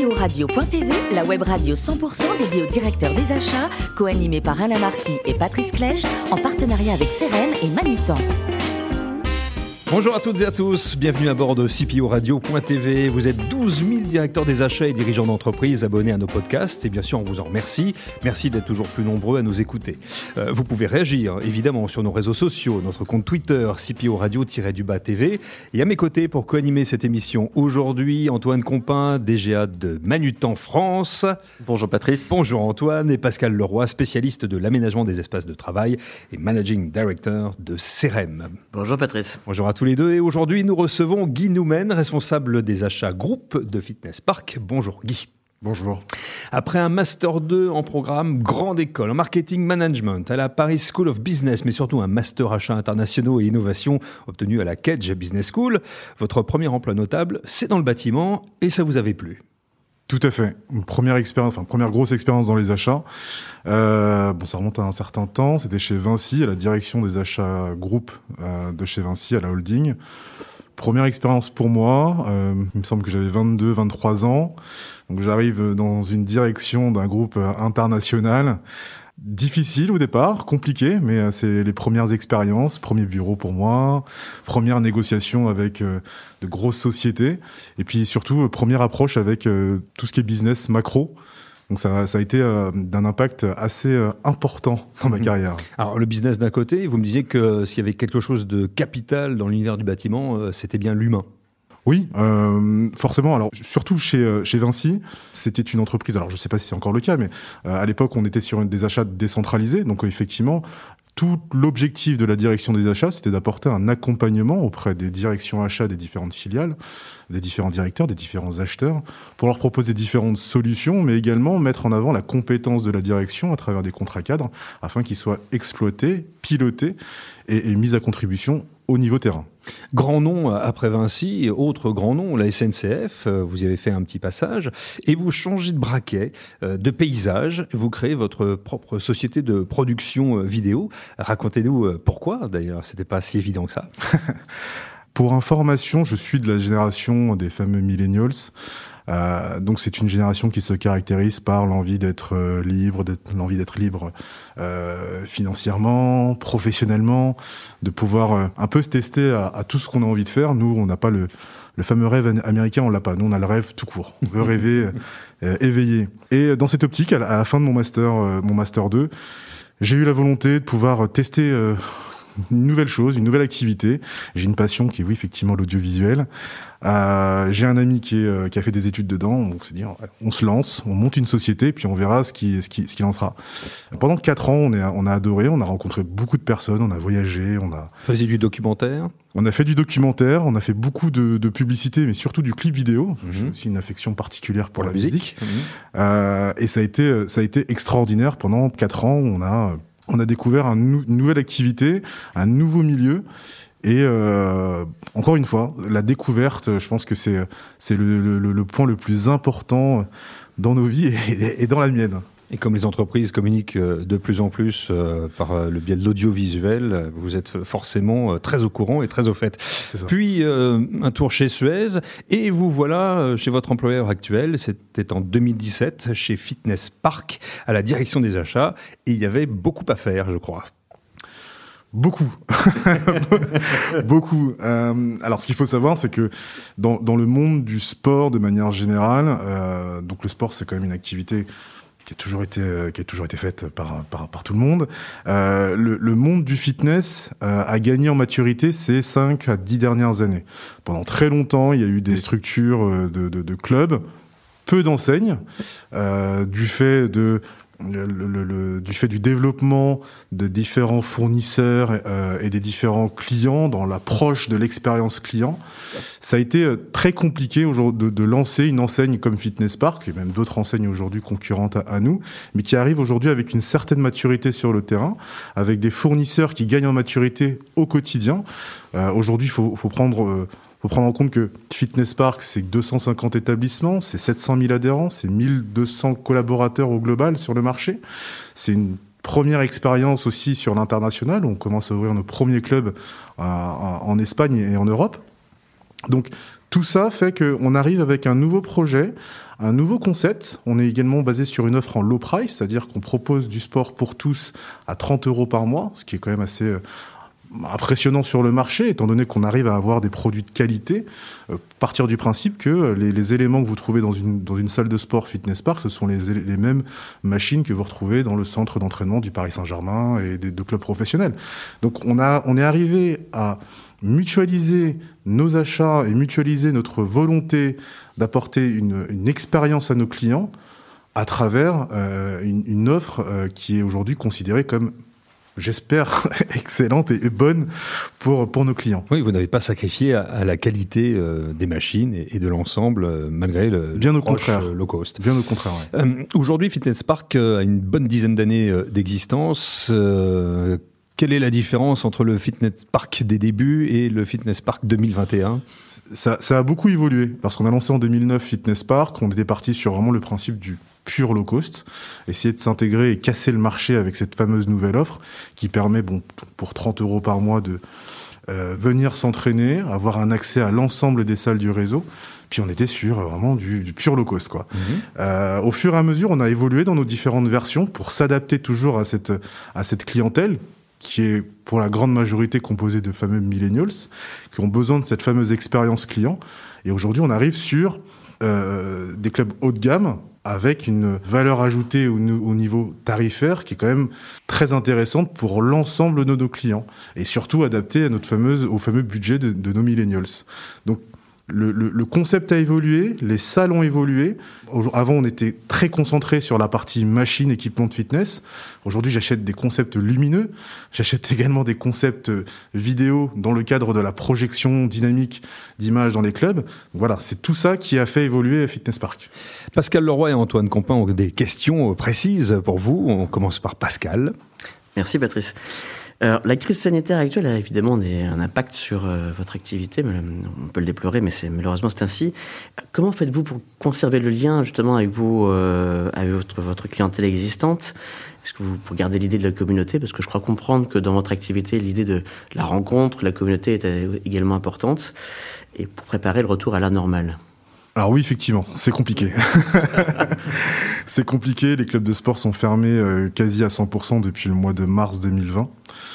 CPO-radio.tv, la web radio 100% dédiée au directeur des achats, co-animée par Alain Marty et Patrice Clèche, en partenariat avec CRM et Manutan. Bonjour à toutes et à tous, bienvenue à bord de CPO-radio.tv. Vous êtes 12 000 directeurs des achats et dirigeants d'entreprise abonnés à nos podcasts et bien sûr on vous en remercie. Merci d'être toujours plus nombreux à nous écouter. Vous pouvez réagir évidemment sur nos réseaux sociaux, notre compte Twitter CPO-radio-TV et à mes côtés pour co-animer cette émission aujourd'hui, Antoine Compin, DGA de Manutan France. Bonjour Patrice. Bonjour Antoine et Pascal Leroy, spécialiste de l'aménagement des espaces de travail et Managing Director de CRM. Bonjour Patrice. Bonjour à tous les deux et aujourd'hui nous recevons Guy Noumen, responsable des achats groupe de Fitness Park. Bonjour Guy. Bonjour. Après un Master 2 en programme grande école en marketing management à la Paris School of Business, mais surtout un Master achats internationaux et innovation obtenu à la Kedge Business School, votre premier emploi notable, c'est dans le bâtiment et ça vous avait plu? Tout à fait. Une première grosse expérience dans les achats. Ça remonte à un certain temps. C'était chez Vinci, à la direction des achats groupe de chez Vinci, à la holding. Première expérience pour moi. Il me semble que j'avais 22, 23 ans. Donc j'arrive dans une direction d'un groupe international. Difficile au départ, compliqué, mais c'est les premières expériences, premier bureau pour moi, première négociation avec de grosses sociétés, et puis surtout première approche avec tout ce qui est business macro. Donc ça a été d'un impact assez important dans ma carrière. Alors le business d'un côté, vous me disiez que s'il y avait quelque chose de capital dans l'univers du bâtiment, c'était bien l'humain. Oui, forcément. Alors surtout chez Vinci, c'était une entreprise. Alors je ne sais pas si c'est encore le cas, mais à l'époque on était sur des achats décentralisés. Donc effectivement, tout l'objectif de la direction des achats, c'était d'apporter un accompagnement auprès des directions achats des différentes filiales, des différents directeurs, des différents acheteurs, pour leur proposer différentes solutions, mais également mettre en avant la compétence de la direction à travers des contrats cadres, afin qu'ils soient exploités, pilotés et mis à contribution au niveau terrain. Grand nom après Vinci, autre grand nom, la SNCF, vous y avez fait un petit passage, et vous changez de braquet, de paysage, vous créez votre propre société de production vidéo. Racontez-nous pourquoi, d'ailleurs, c'était pas si évident que ça. Pour information, je suis de la génération des fameux millennials. Donc c'est une génération qui se caractérise par l'envie d'être libre, financièrement, professionnellement, de pouvoir un peu se tester à tout ce qu'on a envie de faire. Nous, on n'a pas le fameux rêve américain, on l'a pas. Nous, on a le rêve tout court. On veut rêver éveillé. Et dans cette optique, à la fin de mon master 2, j'ai eu la volonté de pouvoir tester une nouvelle chose, une nouvelle activité. J'ai une passion qui est, oui, effectivement, l'audiovisuel. J'ai un ami qui a fait des études dedans. On s'est dit, on se lance, on monte une société, puis on verra ce qui en sera. Pendant 4 ans, on a adoré, on a rencontré beaucoup de personnes, on a voyagé, Faisiez du documentaire? On a fait du documentaire, on a fait beaucoup de publicité, mais surtout du clip vidéo. J'ai aussi une affection particulière pour la musique. Et ça a été extraordinaire. Pendant 4 ans, on a découvert une nouvelle activité, un nouveau milieu. Et encore une fois, la découverte, je pense que c'est le point le plus important dans nos vies et dans la mienne. Et comme les entreprises communiquent de plus en plus par le biais de l'audiovisuel, vous êtes forcément très au courant et très au fait. Puis un tour chez Suez et vous voilà chez votre employeur actuel. C'était en 2017 chez Fitness Park à la direction des achats et il y avait beaucoup à faire, je crois. Beaucoup. Beaucoup. Alors, ce qu'il faut savoir, c'est que dans le monde du sport, de manière générale, donc le sport, c'est quand même une activité qui a toujours été faite par tout le monde. Le monde du fitness a gagné en maturité ces 5 à 10 dernières années. Pendant très longtemps, il y a eu des structures de clubs, peu d'enseignes, du fait du développement de différents fournisseurs et des différents clients dans l'approche de l'expérience client, ça a été très compliqué aujourd'hui de lancer une enseigne comme Fitness Park, et même d'autres enseignes aujourd'hui concurrentes à nous, mais qui arrivent aujourd'hui avec une certaine maturité sur le terrain, avec des fournisseurs qui gagnent en maturité au quotidien. Aujourd'hui, il faut prendre en compte que Fitness Park, c'est 250 établissements, c'est 700 000 adhérents, c'est 1200 collaborateurs au global sur le marché. C'est une première expérience aussi sur l'international. On commence à ouvrir nos premiers clubs en Espagne et en Europe. Donc, Tout ça fait qu'on arrive avec un nouveau projet, un nouveau concept. On est également basé sur une offre en low price, c'est-à-dire qu'on propose du sport pour tous à 30 € par mois, ce qui est quand même assez impressionnant sur le marché, étant donné qu'on arrive à avoir des produits de qualité. Partir du principe que les éléments que vous trouvez dans une salle de sport Fitness Park, ce sont les mêmes machines que vous retrouvez dans le centre d'entraînement du Paris Saint-Germain et de clubs professionnels. Donc on est arrivé à mutualiser nos achats et mutualiser notre volonté d'apporter une expérience à nos clients à travers une offre qui est aujourd'hui considérée comme, j'espère, excellente et bonne pour nos clients. Oui, vous n'avez pas sacrifié à la qualité des machines et de l'ensemble, malgré le bien au contraire low cost. Bien au contraire, ouais. Aujourd'hui, Fitness Park a une bonne dizaine d'années d'existence. Quelle est la différence entre le Fitness Park des débuts et le Fitness Park 2021 ? Ça a beaucoup évolué. Lorsqu'on a lancé en 2009 Fitness Park, on était parti sur vraiment le principe du pur low cost, essayer de s'intégrer et casser le marché avec cette fameuse nouvelle offre qui permet, pour 30 € par mois de venir s'entraîner, avoir un accès à l'ensemble des salles du réseau. Puis on était sur vraiment du pur low cost, quoi. Au fur et à mesure, on a évolué dans nos différentes versions pour s'adapter toujours à cette clientèle qui est pour la grande majorité composée de fameux millennials qui ont besoin de cette fameuse expérience client. Et aujourd'hui, on arrive sur des clubs haut de gamme avec une valeur ajoutée au niveau tarifaire qui est quand même très intéressante pour l'ensemble de nos clients et surtout adaptée à au fameux budget de nos millennials. Donc le concept a évolué, les salles ont évolué. Avant, on était très concentré sur la partie machine, équipement de fitness. Aujourd'hui, j'achète des concepts lumineux. J'achète également des concepts vidéo dans le cadre de la projection dynamique d'images dans les clubs. Donc voilà, c'est tout ça qui a fait évoluer Fitness Park. Pascal Leroy et Antoine Campin ont des questions précises pour vous. On commence par Pascal. Merci Patrice. Alors, la crise sanitaire actuelle a évidemment un impact sur votre activité, on peut le déplorer, mais malheureusement c'est ainsi. Comment faites-vous pour conserver le lien justement avec votre clientèle existante ? Est-ce que pour garder l'idée de la communauté ? Parce que je crois comprendre que dans votre activité, l'idée de la rencontre, la communauté est également importante, et pour préparer le retour à la normale. Alors oui, effectivement, c'est compliqué. C'est compliqué, les clubs de sport sont fermés quasi à 100% depuis le mois de mars 2020.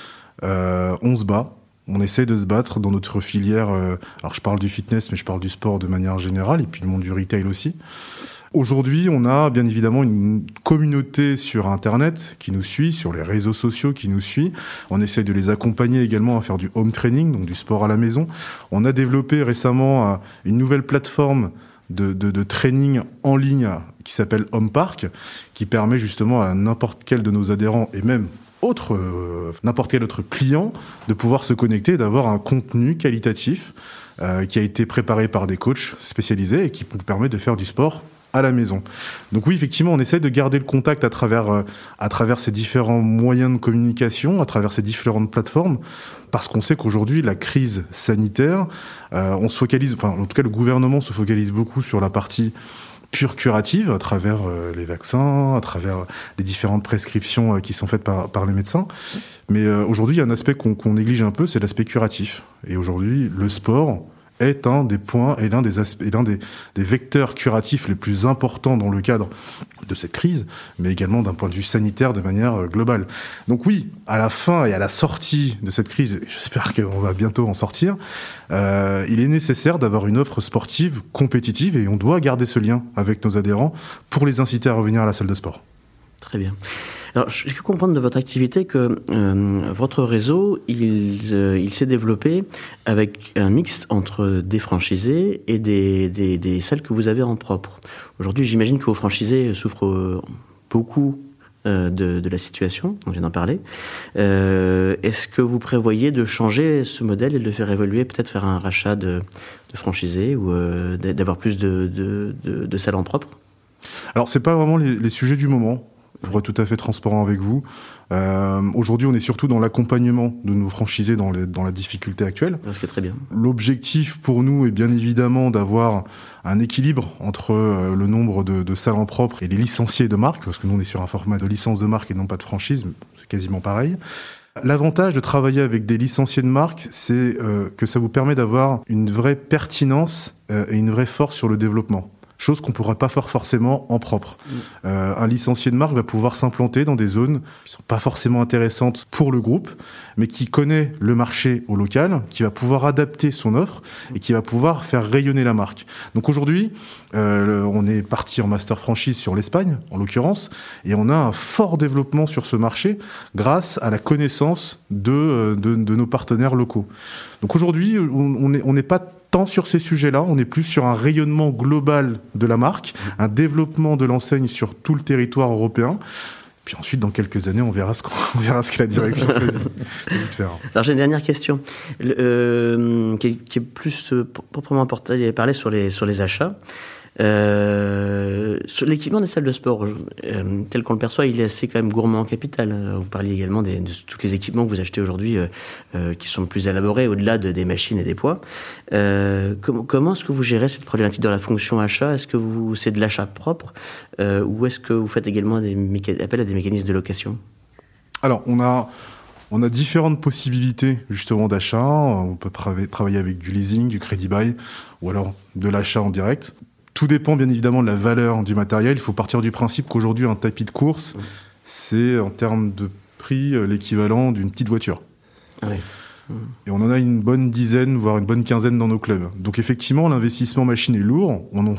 On se bat, on essaie de se battre dans notre filière. Alors je parle du fitness, mais je parle du sport de manière générale, et puis le monde du retail aussi. Aujourd'hui, on a bien évidemment une communauté sur Internet qui nous suit, sur les réseaux sociaux qui nous suit. On essaie de les accompagner également à faire du home training, donc du sport à la maison. On a développé récemment une nouvelle plateforme de training en ligne qui s'appelle Home Park, qui permet justement à n'importe quel de nos adhérents et même n'importe quel autre client de pouvoir se connecter et d'avoir un contenu qualitatif qui a été préparé par des coachs spécialisés et qui nous permet de faire du sport à la maison. Donc oui, effectivement, on essaie de garder le contact à travers ces différents moyens de communication, à travers ces différentes plateformes, parce qu'on sait qu'aujourd'hui, la crise sanitaire, on se focalise, en tout cas le gouvernement se focalise beaucoup sur la partie pure curative, à travers les vaccins, à travers les différentes prescriptions qui sont faites par les médecins. Mais aujourd'hui, il y a un aspect qu'on néglige un peu, c'est l'aspect curatif. Et aujourd'hui, le sport est un des points et l'un des vecteurs curatifs les plus importants dans le cadre de cette crise, mais également d'un point de vue sanitaire de manière globale. Donc oui, à la fin et à la sortie de cette crise, j'espère qu'on va bientôt en sortir, il est nécessaire d'avoir une offre sportive compétitive et on doit garder ce lien avec nos adhérents pour les inciter à revenir à la salle de sport. Très bien. Alors, je peux comprendre de votre activité que votre réseau, il s'est développé avec un mix entre des franchisés et des salles que vous avez en propre. Aujourd'hui, j'imagine que vos franchisés souffrent beaucoup de la situation, on vient d'en parler. Est-ce que vous prévoyez de changer ce modèle et de le faire évoluer, peut-être faire un rachat de franchisés ou d'avoir plus de salles en propre ? Alors, c'est pas vraiment les sujets du moment. Pour être tout à fait transparent avec vous. Aujourd'hui, on est surtout dans l'accompagnement de nos franchisés dans la difficulté actuelle. Ce qui est très bien. L'objectif pour nous est bien évidemment d'avoir un équilibre entre le nombre de salles en propre et les licenciés de marque, parce que nous, on est sur un format de licence de marque et non pas de franchise, c'est quasiment pareil. L'avantage de travailler avec des licenciés de marque, c'est que ça vous permet d'avoir une vraie pertinence et une vraie force sur le développement. Chose qu'on ne pourra pas faire forcément en propre. Un licencié de marque va pouvoir s'implanter dans des zones qui ne sont pas forcément intéressantes pour le groupe, mais qui connaît le marché au local, qui va pouvoir adapter son offre et qui va pouvoir faire rayonner la marque. Donc aujourd'hui, on est parti en master franchise sur l'Espagne, en l'occurrence, et on a un fort développement sur ce marché grâce à la connaissance de nos partenaires locaux. Donc aujourd'hui, on n'est pas tant sur ces sujets-là, on est plus sur un rayonnement global de la marque, un développement de l'enseigne sur tout le territoire européen. Puis ensuite, dans quelques années, on verra ce que la direction choisit de faire. Alors j'ai une dernière question, qui est plus proprement parlé sur les achats. Sur l'équipement des salles de sport, tel qu'on le perçoit, il est assez quand même gourmand en capital. Vous parliez également de tous les équipements que vous achetez aujourd'hui, qui sont plus élaborés au-delà des machines et des poids. Comment est-ce que vous gérez cette problématique dans la fonction achat ? Est-ce que c'est de l'achat propre, ou est-ce que vous faites également appel à des mécanismes de location ? Alors, on a différentes possibilités justement d'achat. On peut travailler avec du leasing, du crédit bail, ou alors de l'achat en direct. Tout dépend bien évidemment de la valeur du matériel. Il faut partir du principe qu'aujourd'hui, un tapis de course, c'est en termes de prix l'équivalent d'une petite voiture. Oui. Et on en a une bonne dizaine, voire une bonne quinzaine dans nos clubs. Donc effectivement, l'investissement machine est lourd. On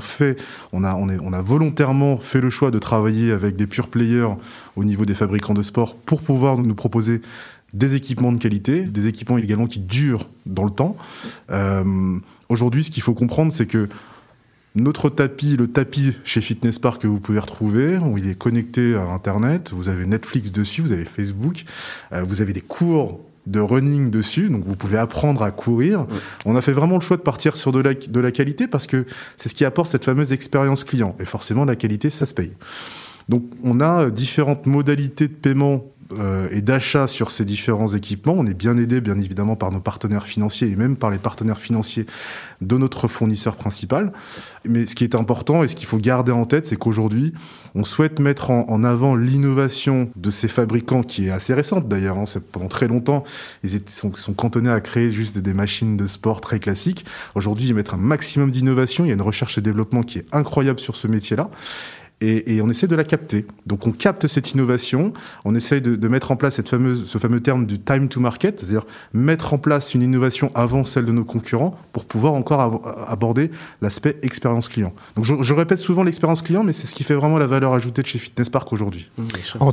a volontairement fait le choix de travailler avec des pure players au niveau des fabricants de sport pour pouvoir nous proposer des équipements de qualité, des équipements également qui durent dans le temps. Aujourd'hui, ce qu'il faut comprendre, c'est que notre tapis, le tapis chez Fitness Park que vous pouvez retrouver, il est connecté à Internet, vous avez Netflix dessus, vous avez Facebook, vous avez des cours de running dessus, donc vous pouvez apprendre à courir. On a fait vraiment le choix de partir sur de la qualité parce que c'est ce qui apporte cette fameuse expérience client. Et forcément, la qualité, ça se paye. Donc on a différentes modalités de paiement et d'achat sur ces différents équipements. On est bien aidé, bien évidemment, par nos partenaires financiers et même par les partenaires financiers de notre fournisseur principal. Mais ce qui est important et ce qu'il faut garder en tête, c'est qu'aujourd'hui, on souhaite mettre en avant l'innovation de ces fabricants, qui est assez récente d'ailleurs. Pendant très longtemps, ils sont cantonnés à créer juste des machines de sport très classiques. Aujourd'hui, ils mettent un maximum d'innovation. Il y a une recherche et développement qui est incroyable sur ce métier-là. Et on essaie de la capter. Donc on capte cette innovation, on essaie de mettre en place ce fameux terme du time to market, c'est-à-dire mettre en place une innovation avant celle de nos concurrents pour pouvoir encore aborder l'aspect expérience client. Donc je répète souvent l'expérience client, mais c'est ce qui fait vraiment la valeur ajoutée de chez Fitness Park aujourd'hui. Antoine ?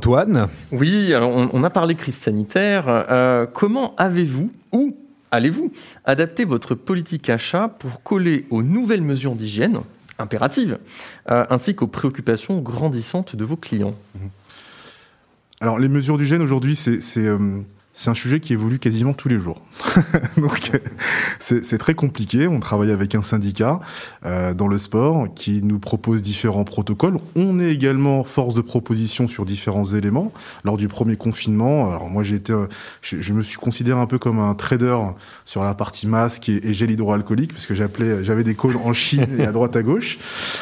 Oui, alors on a parlé crise sanitaire. Comment avez-vous ou allez-vous adapter votre politique achat pour coller aux nouvelles mesures d'hygiène impératives, ainsi qu'aux préoccupations grandissantes de vos clients? Alors, les mesures d'hygiène, aujourd'hui, c'est un sujet qui évolue quasiment tous les jours. Donc, c'est très compliqué. On travaille avec un syndicat dans le sport qui nous propose différents protocoles. On est également force de proposition sur différents éléments. Lors du premier confinement, alors moi, je me suis considéré un peu comme un trader sur la partie masque et gel hydroalcoolique, parce que j'avais des calls en Chine et à droite à gauche.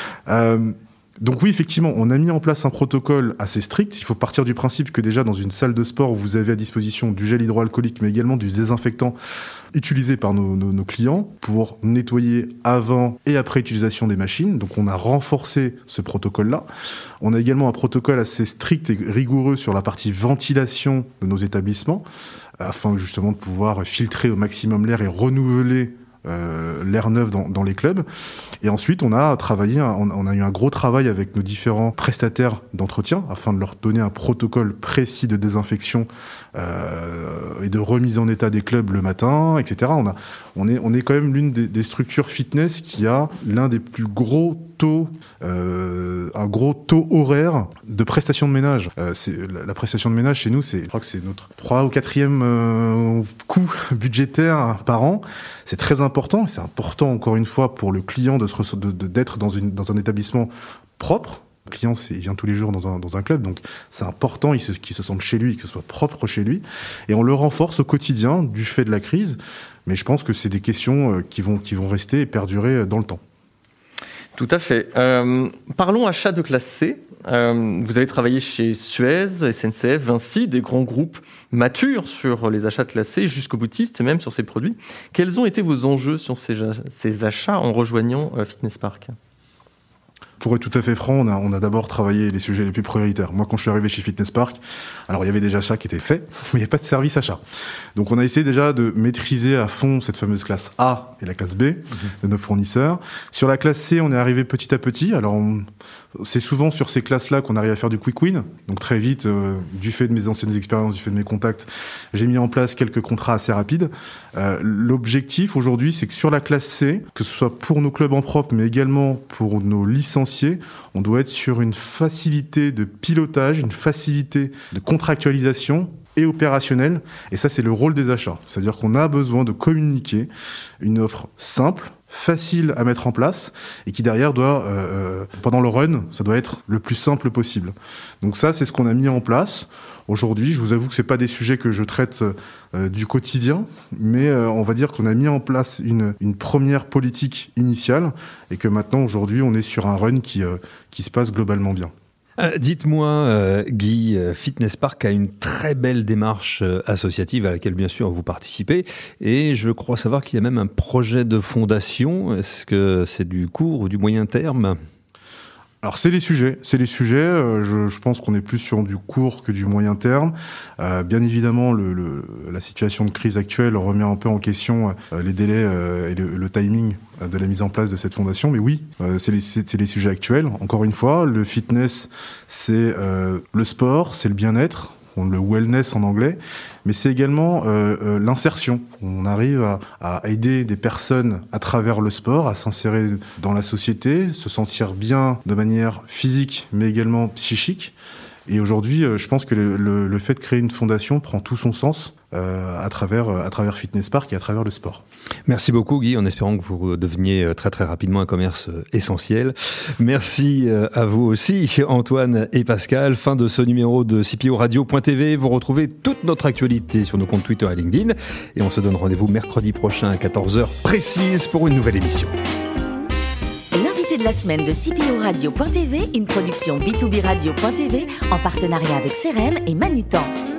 Donc oui, effectivement, on a mis en place un protocole assez strict. Il faut partir du principe que déjà dans une salle de sport, vous avez à disposition du gel hydroalcoolique, mais également du désinfectant utilisé par nos clients pour nettoyer avant et après utilisation des machines. Donc on a renforcé ce protocole-là. On a également un protocole assez strict et rigoureux sur la partie ventilation de nos établissements, afin justement de pouvoir filtrer au maximum l'air et renouveler l'air neuf dans les clubs. Et ensuite, on a eu un gros travail avec nos différents prestataires d'entretien afin de leur donner un protocole précis de désinfection et de remise en état des clubs le matin, etc. On est quand même l'une des structures fitness qui a l'un des plus gros taux, un gros taux horaire de prestation de ménage. La prestation de ménage chez nous, je crois que c'est notre 3e ou 4e coût budgétaire par an. C'est très important. C'est important, encore une fois, pour le client d'être dans un établissement propre. Le client, il vient tous les jours dans un club, donc c'est important qu'il se sente chez lui, que ce soit propre chez lui. Et on le renforce au quotidien du fait de la crise. Mais je pense que c'est des questions qui vont rester et perdurer dans le temps. Tout à fait. Parlons achat de classe C. Vous avez travaillé chez Suez, SNCF, Vinci, des grands groupes matures sur les achats de classe C, jusqu'aux boutistes même sur ces produits. Quels ont été vos enjeux sur ces achats en rejoignant Fitness Park ? Pour être tout à fait franc, on a d'abord travaillé les sujets les plus prioritaires. Moi, quand je suis arrivé chez Fitness Park, alors il y avait des achats qui étaient faits, mais il n'y a pas de service achat. Donc on a essayé déjà de maîtriser à fond cette fameuse classe A et la classe B de nos fournisseurs. Sur la classe C, on est arrivé petit à petit. Alors c'est souvent sur ces classes-là qu'on arrive à faire du quick win. Donc très vite, du fait de mes anciennes expériences, du fait de mes contacts, j'ai mis en place quelques contrats assez rapides. L'objectif aujourd'hui, c'est que sur la classe C, que ce soit pour nos clubs en propre, mais également pour nos licenciés, on doit être sur une facilité de pilotage, une facilité de contractualisation et opérationnelle. Et ça, c'est le rôle des achats. C'est-à-dire qu'on a besoin de communiquer une offre simple, facile à mettre en place et qui derrière doit, pendant le run, ça doit être le plus simple possible. Donc ça, c'est ce qu'on a mis en place. Aujourd'hui, je vous avoue que c'est pas des sujets que je traite du quotidien, mais on va dire qu'on a mis en place une première politique initiale et que maintenant, aujourd'hui, on est sur un run qui se passe globalement bien. Dites-moi, Guy, Fitness Park a une très belle démarche associative à laquelle, bien sûr, vous participez. Et je crois savoir qu'il y a même un projet de fondation. Est-ce que c'est du court ou du moyen terme ? Alors c'est les sujets. Je pense qu'on est plus sur du court que du moyen terme. Bien évidemment, la situation de crise actuelle remet un peu en question les délais et le timing de la mise en place de cette fondation. Mais oui, c'est les sujets actuels. Encore une fois, le fitness, c'est le sport, c'est le bien-être. Le wellness en anglais, mais c'est également l'insertion. On arrive à aider des personnes à travers le sport, à s'insérer dans la société, se sentir bien de manière physique, mais également psychique. Et aujourd'hui, je pense que le fait de créer une fondation prend tout son sens à travers Fitness Park et à travers le sport. Merci beaucoup Guy, en espérant que vous deveniez très très rapidement un commerce essentiel. Merci à vous aussi Antoine et Pascal. Fin de ce numéro de CPO Radio.tv. Vous retrouvez toute notre actualité sur nos comptes Twitter et LinkedIn. Et on se donne rendez-vous mercredi prochain à 14h précise pour une nouvelle émission. L'invité de la semaine de CPO Radio.tv, une production B2B Radio.tv en partenariat avec CRM et Manutan.